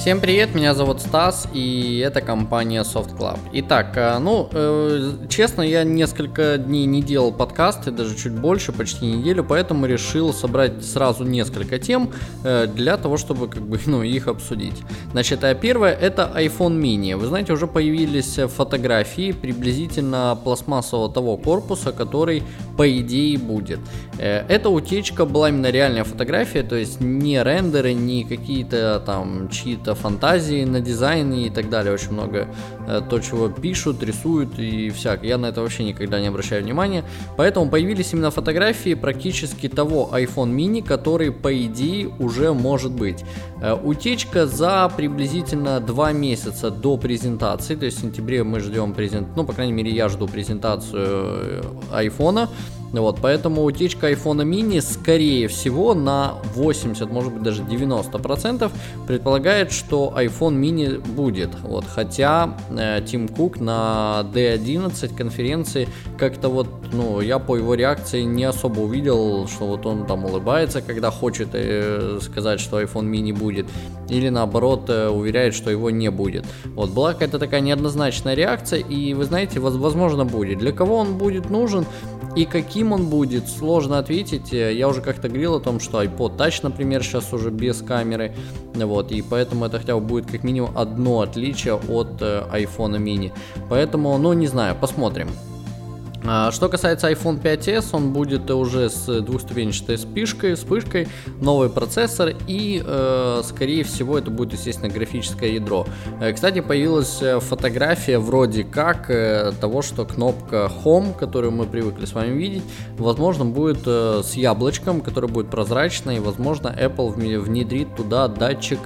Всем привет, меня зовут Стас, и это компания Soft Club. Итак, честно, я несколько дней не делал подкасты, даже чуть больше, почти неделю, поэтому решил собрать сразу несколько тем для того, чтобы их обсудить. Значит, первое это iPhone mini. Вы знаете, уже появились фотографии приблизительно пластмассового того корпуса, который по идее будет. Эта утечка была именно реальная фотография, то есть не рендеры, не какие-то там чьи-то фантазии на дизайне и так далее. Очень много то, чего пишут, рисуют и всякое. Я на это вообще никогда не обращаю внимания. Поэтому появились именно фотографии практически того iPhone mini, который по идее уже может быть. Утечка за приблизительно 2 месяца до презентации, то есть в сентябре мы ждем по крайней мере я жду презентацию iPhone. Вот, поэтому утечка iPhone mini скорее всего на 80, может быть даже 90% предполагает, что iPhone mini будет. Вот, хотя Тим Кук на D11 конференции как-то я по его реакции не особо увидел, что вот он там улыбается, когда хочет сказать, что iPhone mini будет, или наоборот уверяет, что его не будет. Вот, была какая-то такая неоднозначная реакция, и вы знаете, возможно будет. Для кого он будет нужен и каким он будет, сложно ответить. Я уже как-то говорил о том, что iPod Touch, например, сейчас уже без камеры, вот, и поэтому это хотя бы будет как минимум одно отличие от iPhone mini. Поэтому, не знаю, посмотрим. Что касается iPhone 5s, он будет уже с двухступенчатой вспышкой, новый процессор и, скорее всего, это будет, естественно, графическое ядро. Кстати, появилась фотография вроде как того, что кнопка Home, которую мы привыкли с вами видеть, возможно, будет с яблочком, который будет прозрачный, и, возможно, Apple внедрит туда датчик,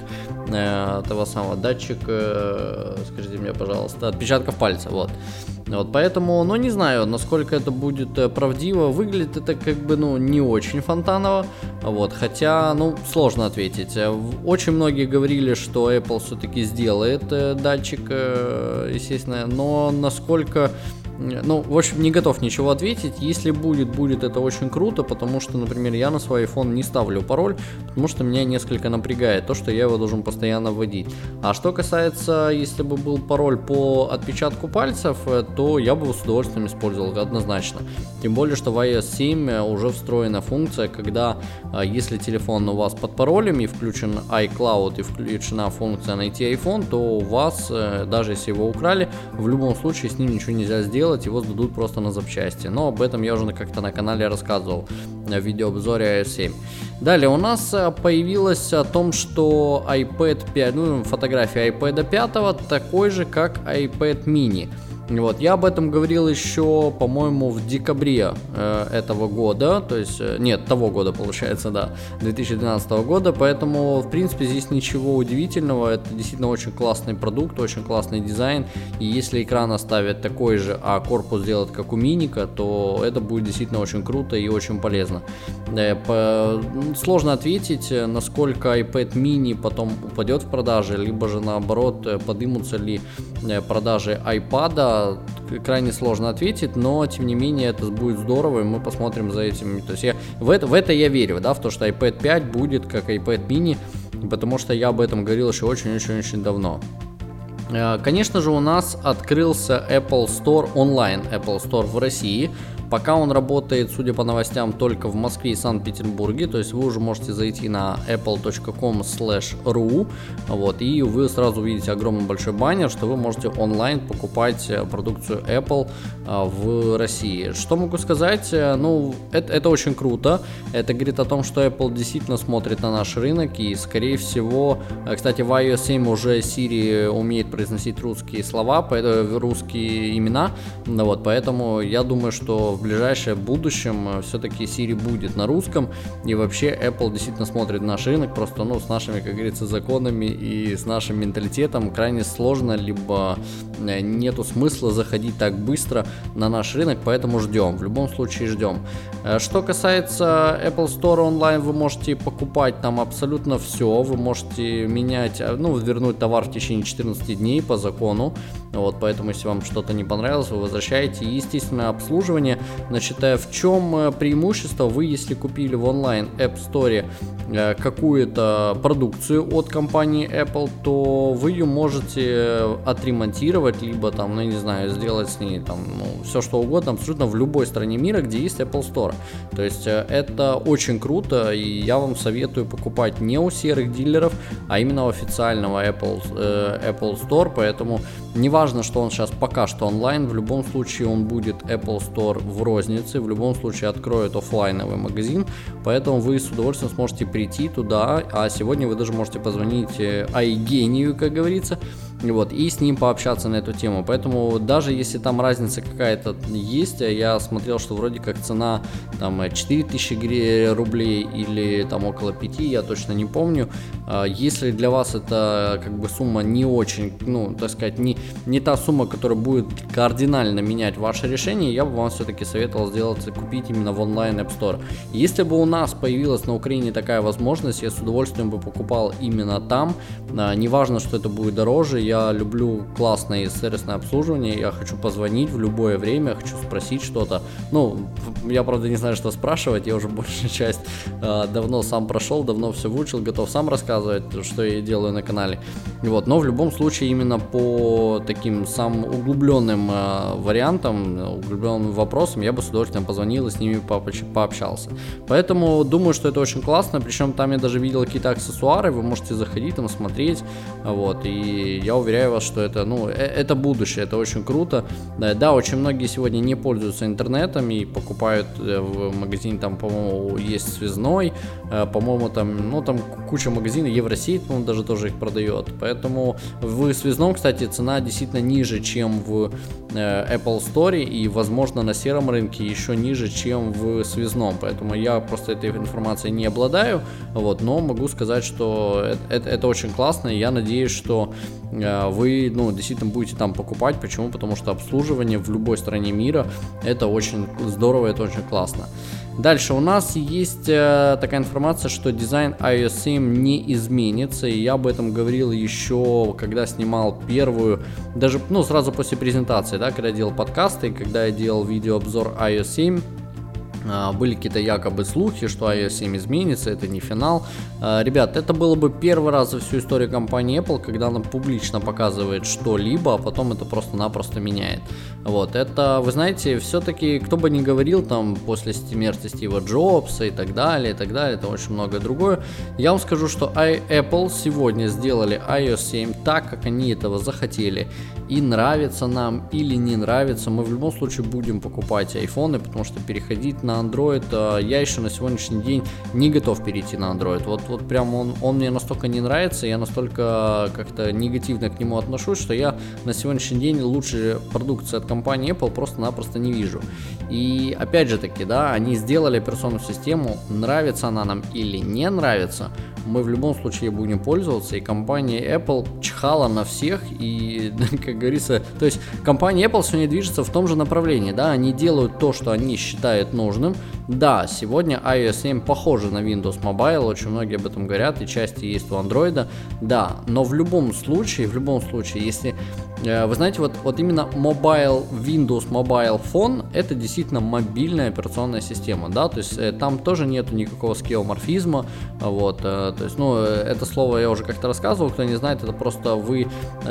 скажите мне, пожалуйста, отпечатков пальца, вот. Поэтому, не знаю, насколько это будет правдиво. Выглядит это не очень фонтаново, вот, хотя, сложно ответить. Очень многие говорили, что Apple все-таки сделает датчик, естественно, но насколько... в общем, не готов ничего ответить. Если будет это очень круто, потому что, например, я на свой iPhone не ставлю пароль, потому что меня несколько напрягает то, что я его должен постоянно вводить. А что касается, если бы был пароль по отпечатку пальцев, то я бы его с удовольствием использовал однозначно. Тем более, что в iOS 7 уже встроена функция, когда, если телефон у вас под паролем и включен iCloud и включена функция найти iPhone, то у вас, даже если его украли, в любом случае с ним ничего нельзя сделать, его сдадут просто на запчасти. Но об этом я уже как-то на канале рассказывал в видеообзоре iOS 7. Далее у нас появилось о том, что iPad 5, фотография iPad 5 такой же, как iPad mini. Вот, я об этом говорил еще, по-моему, в декабре этого года, то есть, нет, того года, получается, да, 2012 года, поэтому, в принципе, здесь ничего удивительного, это действительно очень классный продукт, очень классный дизайн, и если экран оставят такой же, а корпус сделать как у миника, то это будет действительно очень круто и очень полезно. Сложно ответить, насколько iPad mini потом упадет в продаже, либо же наоборот, поднимутся ли продажи iPad. Крайне сложно ответить, но тем не менее это будет здорово, и мы посмотрим за этим. То есть в это я верю, в то, что iPad 5 будет как iPad mini, потому что я об этом говорил еще очень-очень-очень давно. Конечно же, у нас открылся Apple Store онлайн, Apple Store в России. Пока он работает, судя по новостям, только в Москве и Санкт-Петербурге, то есть вы уже можете зайти на apple.com/ru, вот, и вы сразу увидите огромный большой баннер, что вы можете онлайн покупать продукцию Apple в России. Что могу сказать? Это очень круто, это говорит о том, что Apple действительно смотрит на наш рынок, и скорее всего, кстати, в iOS 7 уже Siri умеет произносить русские слова, русские имена, вот, поэтому я думаю, что в ближайшем будущем все-таки Siri будет на русском, и вообще Apple действительно смотрит наш рынок, просто с нашими, как говорится, законами и с нашим менталитетом крайне сложно, либо нету смысла заходить так быстро на наш рынок, поэтому ждем, в любом случае ждем. Что касается Apple Store онлайн, вы можете покупать там абсолютно все, вы можете менять, вернуть товар в течение 14 дней по закону, вот, поэтому если вам что-то не понравилось, вы возвращаете, и, естественно, обслуживание Значит, в чем преимущество? Вы, если купили в онлайн App Store какую-то продукцию от компании Apple, то вы ее можете отремонтировать, либо там, ну не знаю, сделать с ней там, ну, все что угодно, абсолютно в любой стране мира, где есть Apple Store. То есть это очень круто, и я вам советую покупать не у серых дилеров, а именно у официального Apple Store, поэтому неважно, что он сейчас пока что онлайн, в любом случае он будет Apple Store в рознице, в любом случае откроет офлайновый магазин, поэтому вы с удовольствием сможете прийти туда, а сегодня вы даже можете позвонить iGenию, как говорится, вот, и с ним пообщаться на эту тему. Поэтому даже если там разница какая-то есть, я смотрел, что вроде как цена там 4000 рублей или там около 5, я точно не помню. Если для вас это как бы сумма не очень, ну, так сказать, не та сумма, которая будет кардинально менять ваше решение, я бы вам все-таки советовал купить именно в онлайн App Store. Если бы у нас появилась на Украине такая возможность, я с удовольствием бы покупал именно там. Неважно, что это будет дороже, я люблю классное сервисное обслуживание, я хочу позвонить в любое время, хочу спросить что-то. Ну, я правда не знаю, что спрашивать, я уже большую часть давно сам прошел, давно все выучил, готов сам рассказывать, что я делаю на канале. Вот, но в любом случае именно по таким самым углубленным вариантам, углубленным вопросам я бы с удовольствием позвонил и с ними пообщался. Поэтому думаю, что это очень классно, причем там я даже видел какие-то аксессуары, вы можете заходить там смотреть, вот, и я уверяю вас, что это, ну, это будущее, это очень круто. Да, очень многие сегодня не пользуются интернетом и покупают в магазине, там, по-моему, есть связной, по-моему, там, ну, там куча магазинов, Евросеть, по-моему, даже тоже их продает. Поэтому в связном, кстати, цена действительно ниже, чем в Apple Store, и, возможно, на сером рынке еще ниже, чем в связном. Поэтому я просто этой информацией не обладаю, вот, но могу сказать, что это очень классно, и я надеюсь, что вы, ну, действительно будете там покупать. Почему? Потому что обслуживание в любой стране мира это очень здорово, это очень классно. Дальше у нас есть такая информация, что дизайн iOS 7 не изменится, и я об этом говорил еще, когда снимал первую, даже, ну, сразу после презентации, да, когда я делал подкасты, когда я делал видеообзор iOS 7. Были какие-то якобы слухи, что iOS 7 изменится, это не финал. Ребят, это было бы первый раз за всю историю компании Apple, когда она публично показывает что-либо, а потом это просто-напросто меняет. Вот, это, вы знаете, все-таки, кто бы ни говорил там после смерти Стива Джобса и так далее, это очень многое другое. Я вам скажу, что Apple сегодня сделали iOS 7 так, как они этого захотели. И нравится нам или не нравится, мы в любом случае будем покупать айфоны, потому что переходить на Android, я еще на сегодняшний день не готов перейти на Android. Вот прям он мне настолько не нравится, я настолько как-то негативно к нему отношусь, что я на сегодняшний день лучше продукции от компании Apple просто-напросто не вижу. И опять же таки, да, они сделали операционную систему, нравится она нам или не нравится, мы в любом случае будем пользоваться, и компания Apple чихала на всех, и, как говорится, то есть компания Apple сегодня движется в том же направлении, да, они делают то, что они считают нужным. Да, сегодня iOS 7 похожа на Windows Mobile, очень многие об этом говорят, и части есть у Android, да, но в любом случае, если, вы знаете, вот именно Windows Mobile Phone, это действительно мобильная операционная система, да, то есть там тоже нету никакого скеоморфизма, вот, то есть, ну, это слово я уже как-то рассказывал, кто не знает, это просто вы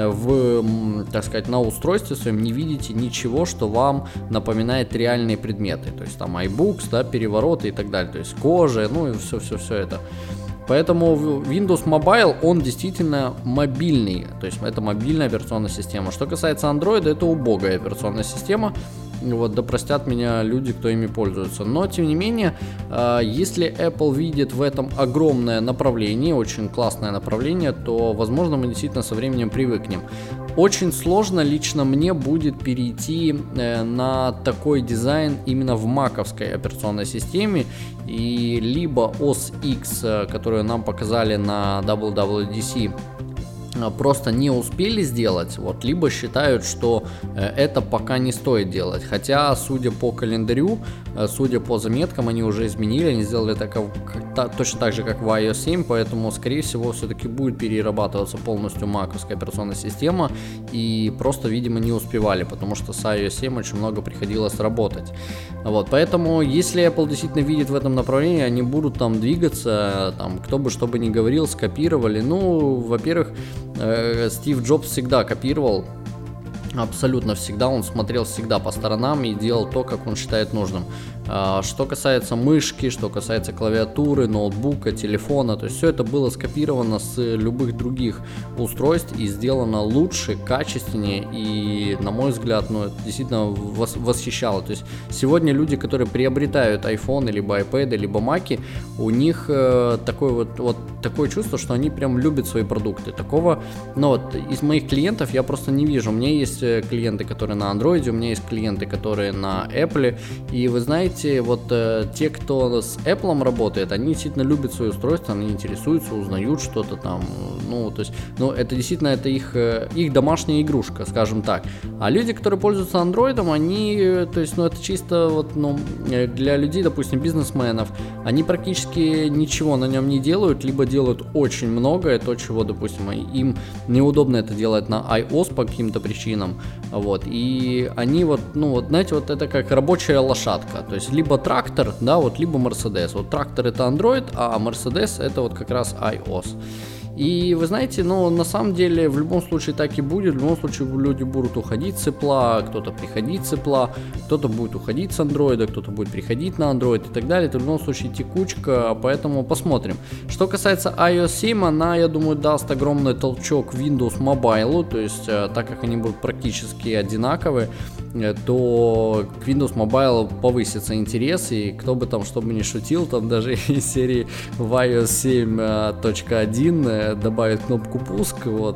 так сказать, на устройстве своем не видите ничего, что вам напоминает реальные предметы, то есть там iBooks, да, перевороты и так далее, то есть кожа, ну и все это. Поэтому Windows Mobile, он действительно мобильный, то есть это мобильная операционная система. Что касается Android, это убогая операционная система. Вот, да простят меня люди, кто ими пользуется. Но, тем не менее, если Apple видит в этом огромное направление, очень классное направление, то, возможно, мы действительно со временем привыкнем. Очень сложно лично мне будет перейти на такой дизайн именно в маковской операционной системе. И либо OS X, которую нам показали на WWDC просто не успели сделать, вот, либо считают, что это пока не стоит делать. Хотя, судя по календарю, судя по заметкам, они уже изменили, они сделали точно так же, как в iOS 7, поэтому, скорее всего, все-таки будет перерабатываться полностью маковская операционная система, и просто, видимо, не успевали, потому что с iOS 7 очень много приходилось работать. Вот, поэтому, если Apple действительно видит в этом направлении, они будут там двигаться, там, кто бы что бы ни говорил, скопировали. Ну, во-первых, Стив Джобс всегда копировал, абсолютно всегда, он смотрел всегда по сторонам и делал то, как он считает нужным. Что касается мышки, что касается клавиатуры, ноутбука, телефона, то есть все это было скопировано с любых других устройств и сделано лучше, качественнее, и, на мой взгляд, это действительно восхищало. То есть сегодня люди, которые приобретают iPhone, либо iPad, либо Mac, у них такое чувство, что они прям любят свои продукты. Такого, из моих клиентов я просто не вижу. У меня есть клиенты, которые на Android, у меня есть клиенты, которые на Apple, и вы знаете, те, кто с Apple работает, они действительно любят свои устройства, они интересуются, узнают что-то там, это действительно это их домашняя игрушка, скажем так. А люди, которые пользуются Android, это чисто для людей, допустим, бизнесменов, они практически ничего на нем не делают, либо делают очень многое, то, чего, допустим, им неудобно это делать на iOS по каким-то причинам, и они это как рабочая лошадка, то есть либо трактор, либо Mercedes. Трактор это Android, а Mercedes это как раз iOS. И вы знаете, на самом деле в любом случае так и будет, в любом случае люди будут уходить с Apple, кто-то приходить с Apple, кто-то будет уходить с Android, кто-то будет приходить на Android и так далее, это в любом случае текучка, поэтому посмотрим. Что касается iOS 7, она, я думаю, даст огромный толчок Windows Mobile, то есть так как они будут практически одинаковы, то к Windows Mobile повысится интерес, и кто бы там что бы ни шутил, там даже из серии в iOS 7.1 добавит кнопку пуск,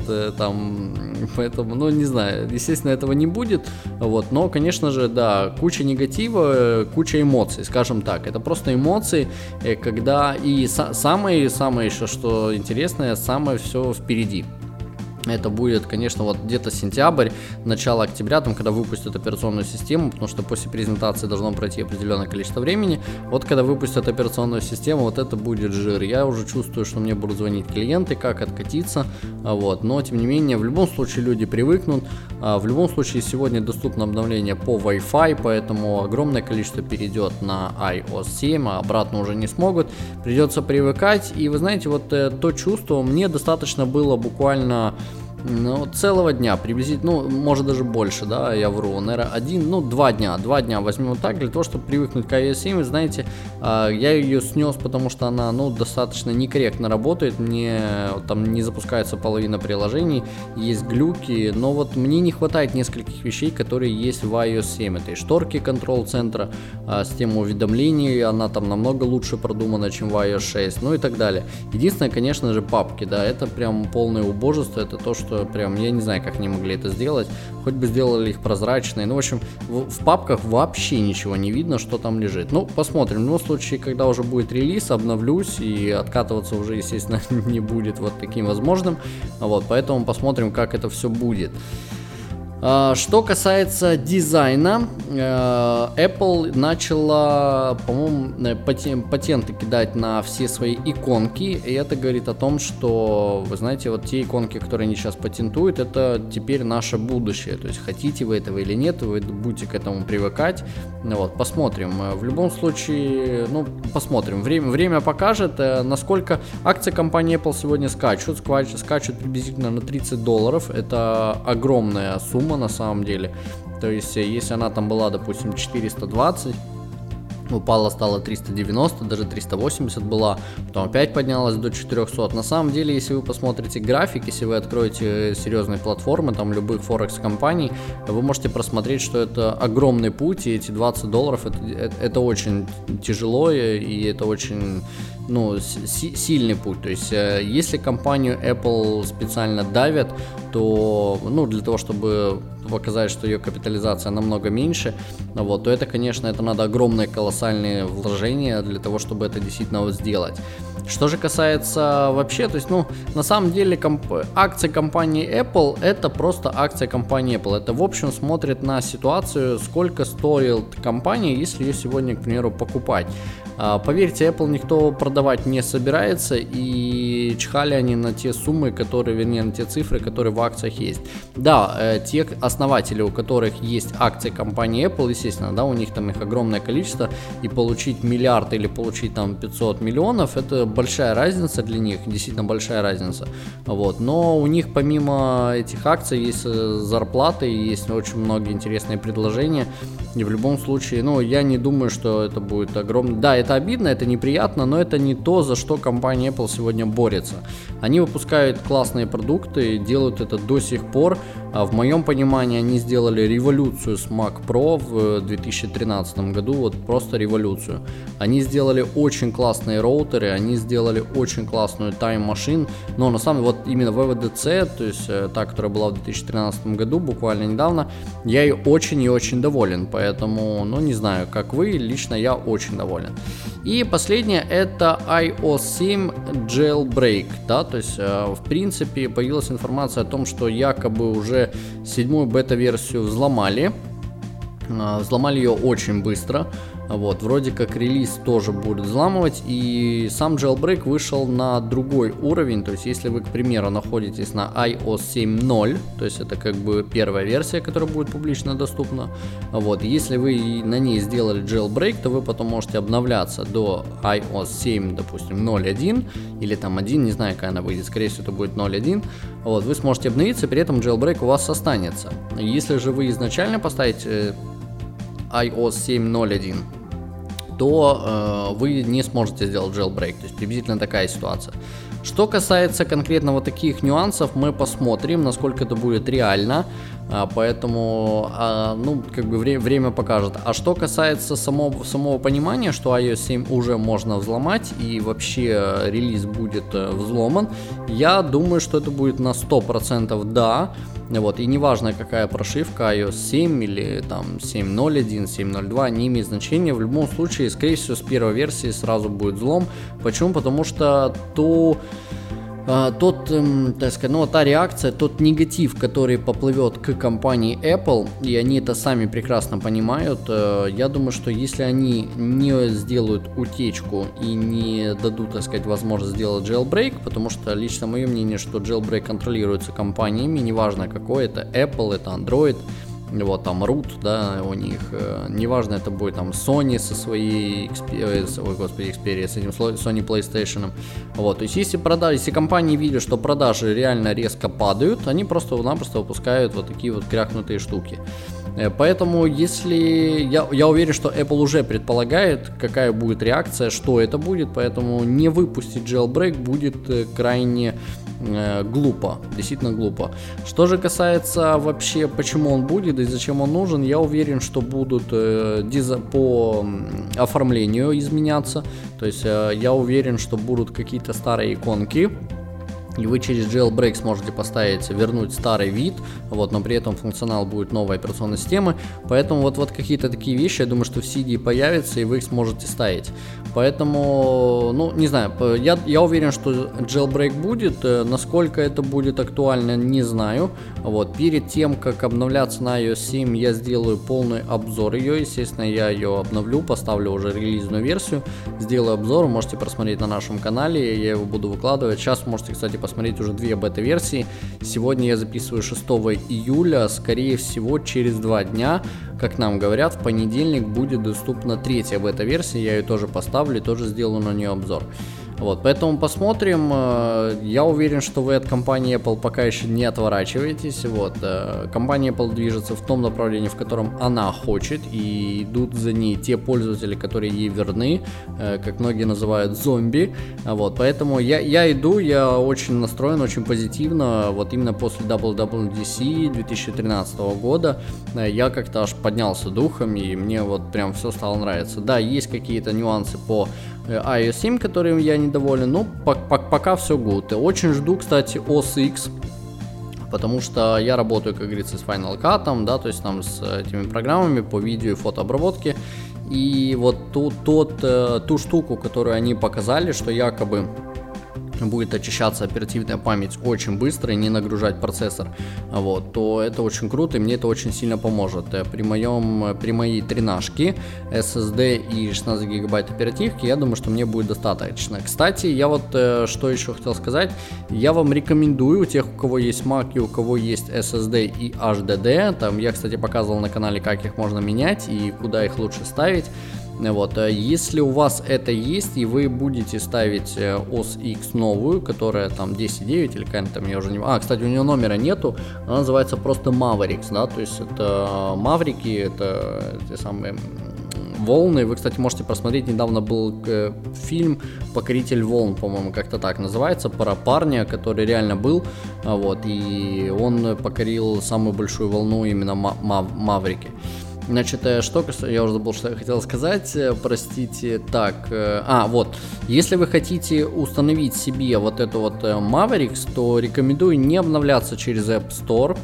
поэтому, не знаю, естественно, этого не будет, но, конечно же, да, куча негатива, куча эмоций, скажем так, это просто эмоции, когда и самое еще, что интересное, самое все впереди. Это будет, конечно, где-то сентябрь, начало октября, когда выпустят операционную систему, потому что после презентации должно пройти определенное количество времени. Когда выпустят операционную систему, это будет жир. Я уже чувствую, что мне будут звонить клиенты, как откатиться, но, тем не менее, в любом случае люди привыкнут. В любом случае, сегодня доступно обновление по Wi-Fi, поэтому огромное количество перейдет на iOS 7, а обратно уже не смогут. Придется привыкать, и вы знаете, то чувство, мне достаточно было буквально целого дня, приблизительно, может даже больше, я вру, наверное, 2 дня возьмем так, для того, чтобы привыкнуть к iOS 7, вы знаете, я ее снес, потому что она, достаточно некорректно работает, мне там не запускается половина приложений, есть глюки, но мне не хватает нескольких вещей, которые есть в iOS 7, это и шторки контрол-центра, система уведомлений, она там намного лучше продумана, чем в iOS 6, и так далее. Единственное, конечно же, папки, это прям полное убожество, это то, что прям, я не знаю, как они могли это сделать, хоть бы сделали их прозрачные, в общем, в папках вообще ничего не видно, что там лежит. Посмотрим, в любом случае, когда уже будет релиз, обновлюсь, и откатываться уже, естественно, не будет таким возможным, поэтому посмотрим, как это все будет. Что касается дизайна, Apple начала, по-моему, патенты кидать на все свои иконки, и это говорит о том, что, вы знаете, те иконки, которые они сейчас патентуют, это теперь наше будущее, то есть хотите вы этого или нет, вы будете к этому привыкать, посмотрим. В любом случае, посмотрим, время покажет, насколько акции компании Apple сегодня скачут приблизительно на $30, это огромная сумма на самом деле, то есть если она там была, допустим, 420, упала, стала 390, даже 380 была, потом опять поднялась до 400. На самом деле, если вы посмотрите график, если вы откроете серьезные платформы, там любых форекс компаний, вы можете просмотреть, что это огромный путь, и эти $20 это очень тяжело, и это очень сильный путь. То есть, если компанию Apple специально давят, то, для того, чтобы показать, что ее капитализация намного меньше, то это, конечно, это надо огромные колоссальные вложения для того, чтобы это действительно сделать. Что же касается вообще, то есть, на самом деле акции компании Apple это просто акция компании Apple. Это, в общем, смотрит на ситуацию, сколько стоит компания, если ее сегодня, к примеру, покупать. Поверьте, Apple никто продавать не собирается, и чхали они на те суммы, на те цифры, которые в акциях есть. Да, те основатели, у которых есть акции компании Apple, естественно, у них там их огромное количество, и получить миллиард или получить там 500 миллионов, это большая разница для них, действительно большая разница. Но у них помимо этих акций есть зарплаты, есть очень многие интересные предложения, и в любом случае, я не думаю, что это будет огромное. Да, это обидно, это неприятно, но это не то, за что компания Apple сегодня борется. Они выпускают классные продукты, делают это до сих пор. В моем понимании они сделали революцию с Mac Pro в 2013 году, просто революцию. Они сделали очень классные роутеры, они сделали очень классную Time Machine, но на самом деле именно WWDC, то есть та, которая была в 2013 году, буквально недавно, я ей очень и очень доволен, поэтому, не знаю, как вы, лично я очень доволен. И последнее это iOS 7 Jailbreak, то есть в принципе появилась информация о том, что якобы уже 7-ю бета-версию взломали ее очень быстро. Вроде как релиз тоже будет взламывать, и сам jailbreak вышел на другой уровень, то есть если вы, к примеру, находитесь на iOS 7.0, то есть это как бы первая версия, которая будет публично доступна, если вы на ней сделали jailbreak, то вы потом можете обновляться до iOS 7, допустим, 0.1, или там 1, не знаю, какая она выйдет, скорее всего это будет 0.1, вы сможете обновиться, при этом jailbreak у вас останется. Если же вы изначально поставите iOS 7.0.1, то вы не сможете сделать jailbreak, то есть приблизительно такая ситуация. Что касается конкретно таких нюансов, мы посмотрим, насколько это будет реально, поэтому, время покажет. А что касается самого понимания, что iOS 7 уже можно взломать и вообще релиз будет взломан, я думаю, что это будет на 100% да. И неважно, какая прошивка, iOS 7 или там 7.0.1, 7.0.2, не имеет значения. В любом случае, скорее всего, с первой версии сразу будет взлом. Почему? Потому что та реакция, тот негатив, который поплывет к компании Apple, и они это сами прекрасно понимают, я думаю, что если они не сделают утечку и не дадут, возможность сделать jailbreak, потому что лично мое мнение, что jailbreak контролируется компаниями, неважно какой, это Apple, это Android, там root, у них, неважно, это будет там Sony со своей Xperia, с этим Sony PlayStation, то есть если компании видят, что продажи реально резко падают, они просто-напросто выпускают такие кряхнутые штуки. Поэтому если я уверен, что Apple уже предполагает, какая будет реакция, что это будет, поэтому не выпустить jailbreak будет крайне глупо, действительно глупо. Что же касается вообще, почему он будет и зачем он нужен, я уверен, что будут по оформлению изменяться, то есть я уверен, что будут какие-то старые иконки, и вы через jailbreak сможете вернуть старый вид, но при этом функционал будет новой операционной системы, поэтому какие-то такие вещи, я думаю, что в CD появятся, и вы их сможете ставить. Поэтому, не знаю, я уверен, что jailbreak будет, насколько это будет актуально, не знаю. Перед тем, как обновляться на iOS 7, я сделаю полный обзор ее, естественно, я ее обновлю, поставлю уже релизную версию, сделаю обзор, можете просмотреть на нашем канале, я его буду выкладывать. Сейчас можете, кстати, посмотреть уже 2 бета-версии. Сегодня я записываю 6 июля, скорее всего, через 2 дня, как нам говорят, в понедельник будет доступна 3-я бета-версия, я ее тоже поставлю, тоже сделаю на нее обзор. Поэтому посмотрим. Я уверен, что вы от компании Apple пока еще не отворачиваетесь. Компания Apple движется в том направлении, в котором она хочет, и идут за ней те пользователи, которые ей верны, как многие называют зомби. Поэтому я иду, я очень настроен, очень позитивно. Именно после WWDC 2013 года я как-то аж поднялся духом, и мне прям все стало нравиться. Да, есть какие-то нюансы по iOS 7, которым я недоволен, но пока все good. Очень жду, кстати, OS X, потому что я работаю, как говорится, с Final Cut, да, то есть там с этими программами по видео и фотообработке, и вот ту штуку, которую они показали, что якобы будет очищаться оперативная память очень быстро и не нагружать процессор, вот, то это очень круто и мне это очень сильно поможет. При моей 13-ке SSD и 16 гигабайт оперативки, я думаю, что мне будет достаточно. Кстати, я вот что еще хотел сказать, я вам рекомендую, у тех, у кого есть Mac и у кого есть SSD и HDD, там я, кстати, показывал на канале, как их можно менять и куда их лучше ставить. Вот, если у вас это есть и вы будете ставить OS X новую, которая там 10.9 или какая-то там, я уже не... кстати, у нее номера нету, она называется просто Mavericks, да, то есть это Маврики, это те самые волны. Вы, кстати, можете просмотреть, недавно был фильм «Покоритель волн», по-моему, как-то так называется, про парня, который реально был, вот, и он покорил самую большую волну именно Маврики. Значит, что я уже забыл, что я хотел сказать, простите, так, вот, если вы хотите установить себе вот эту вот Mavericks, то рекомендую не обновляться через App Store,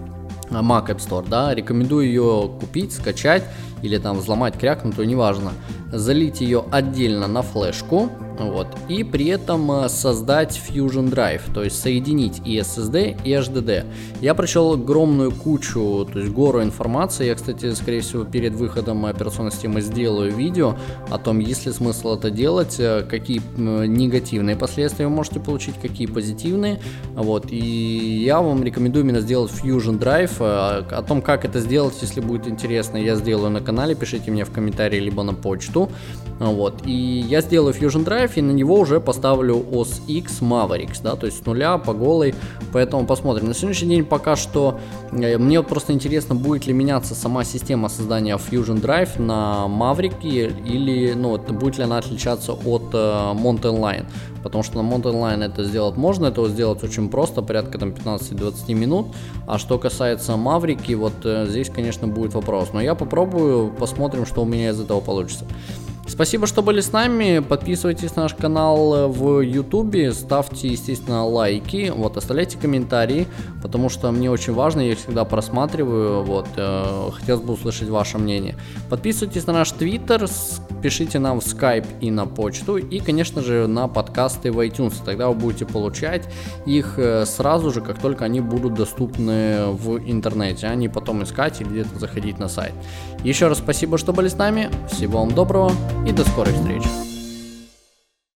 Mac App Store, да, рекомендую ее купить, скачать или там взломать, крякнуть, то неважно, залить ее отдельно на флешку, вот, и при этом создать Fusion Drive, то есть соединить и SSD, и HDD. Я прочел огромную кучу, то есть гору информации. Я, кстати, скорее всего, перед выходом операционной системы сделаю видео о том, есть ли смысл это делать, какие негативные последствия вы можете получить, какие позитивные. Вот, и я вам рекомендую именно сделать Fusion Drive. О том, как это сделать, если будет интересно, я сделаю на канале, пишите мне в комментарии либо на почту. Вот, и я сделаю Fusion Drive и на него уже поставлю OS X Mavericks, да, то есть с нуля по голой, поэтому посмотрим. На сегодняшний день пока что мне вот просто интересно, будет ли меняться сама система создания Fusion Drive на Maverick или, ну, будет ли она отличаться от Mountain Lion, потому что на Mountain Lion это сделать можно, это сделать очень просто, порядка там 15-20 минут, а что касается Maverick, вот здесь, конечно, будет вопрос, но я попробую, посмотрим, что у меня из этого получится. Спасибо, что были с нами, подписывайтесь на наш канал в YouTube, ставьте, естественно, лайки, вот, оставляйте комментарии, потому что мне очень важно, я их всегда просматриваю, вот, хотелось бы услышать ваше мнение. Подписывайтесь на наш Twitter, пишите нам в Skype и на почту, и, конечно же, на подкасты в iTunes, тогда вы будете получать их сразу же, как только они будут доступны в интернете, а не потом искать или где-то заходить на сайт. Еще раз спасибо, что были с нами, всего вам доброго и до скорых встреч.